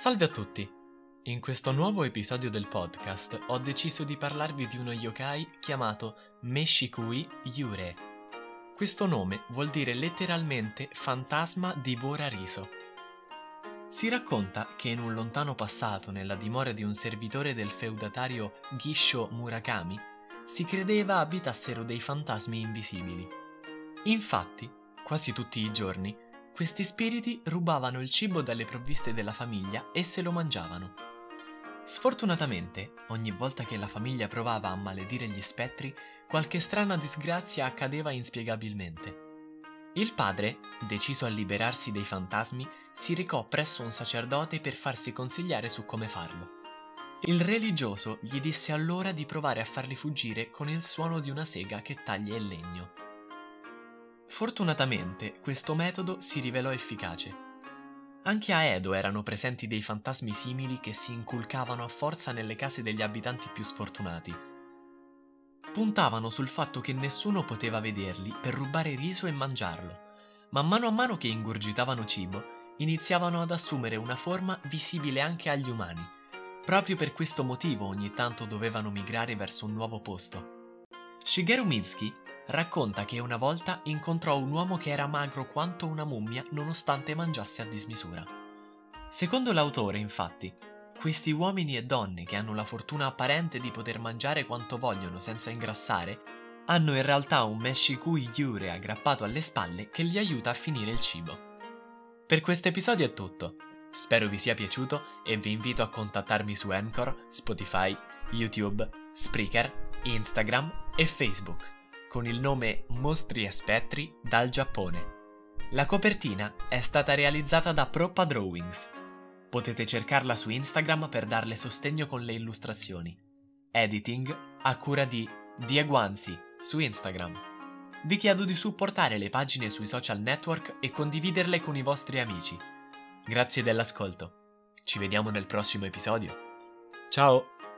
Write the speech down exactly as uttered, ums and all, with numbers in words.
Salve a tutti! In questo nuovo episodio del podcast ho deciso di parlarvi di uno yokai chiamato Meshikui Yurei. Questo nome vuol dire letteralmente fantasma divora riso. Si racconta che in un lontano passato, nella dimora di un servitore del feudatario Gisho Murakami, si credeva abitassero dei fantasmi invisibili. Infatti, quasi tutti i giorni, questi spiriti rubavano il cibo dalle provviste della famiglia e se lo mangiavano. Sfortunatamente, ogni volta che la famiglia provava a maledire gli spettri, qualche strana disgrazia accadeva inspiegabilmente. Il padre, deciso a liberarsi dei fantasmi, si recò presso un sacerdote per farsi consigliare su come farlo. Il religioso gli disse allora di provare a farli fuggire con il suono di una sega che taglia il legno. Fortunatamente questo metodo si rivelò efficace. Anche a Edo erano presenti dei fantasmi simili che si inculcavano a forza nelle case degli abitanti più sfortunati. Puntavano sul fatto che nessuno poteva vederli per rubare riso e mangiarlo, ma mano a mano che ingurgitavano cibo iniziavano ad assumere una forma visibile anche agli umani. Proprio per questo motivo ogni tanto dovevano migrare verso un nuovo posto. Shigeru Mizuki racconta che una volta incontrò un uomo che era magro quanto una mummia nonostante mangiasse a dismisura. Secondo l'autore, infatti, questi uomini e donne che hanno la fortuna apparente di poter mangiare quanto vogliono senza ingrassare, hanno in realtà un Meshikui Yurei aggrappato alle spalle che li aiuta a finire il cibo. Per questo episodio è tutto. Spero vi sia piaciuto e vi invito a contattarmi su Anchor, Spotify, YouTube, Spreaker, Instagram e Facebook con il nome Mostri e Spettri dal Giappone. La copertina è stata realizzata da Proppa Drawings. Potete cercarla su Instagram per darle sostegno con le illustrazioni. Editing a cura di Diego Anzi su Instagram. Vi chiedo di supportare le pagine sui social network e condividerle con i vostri amici. Grazie dell'ascolto. Ci vediamo nel prossimo episodio. Ciao!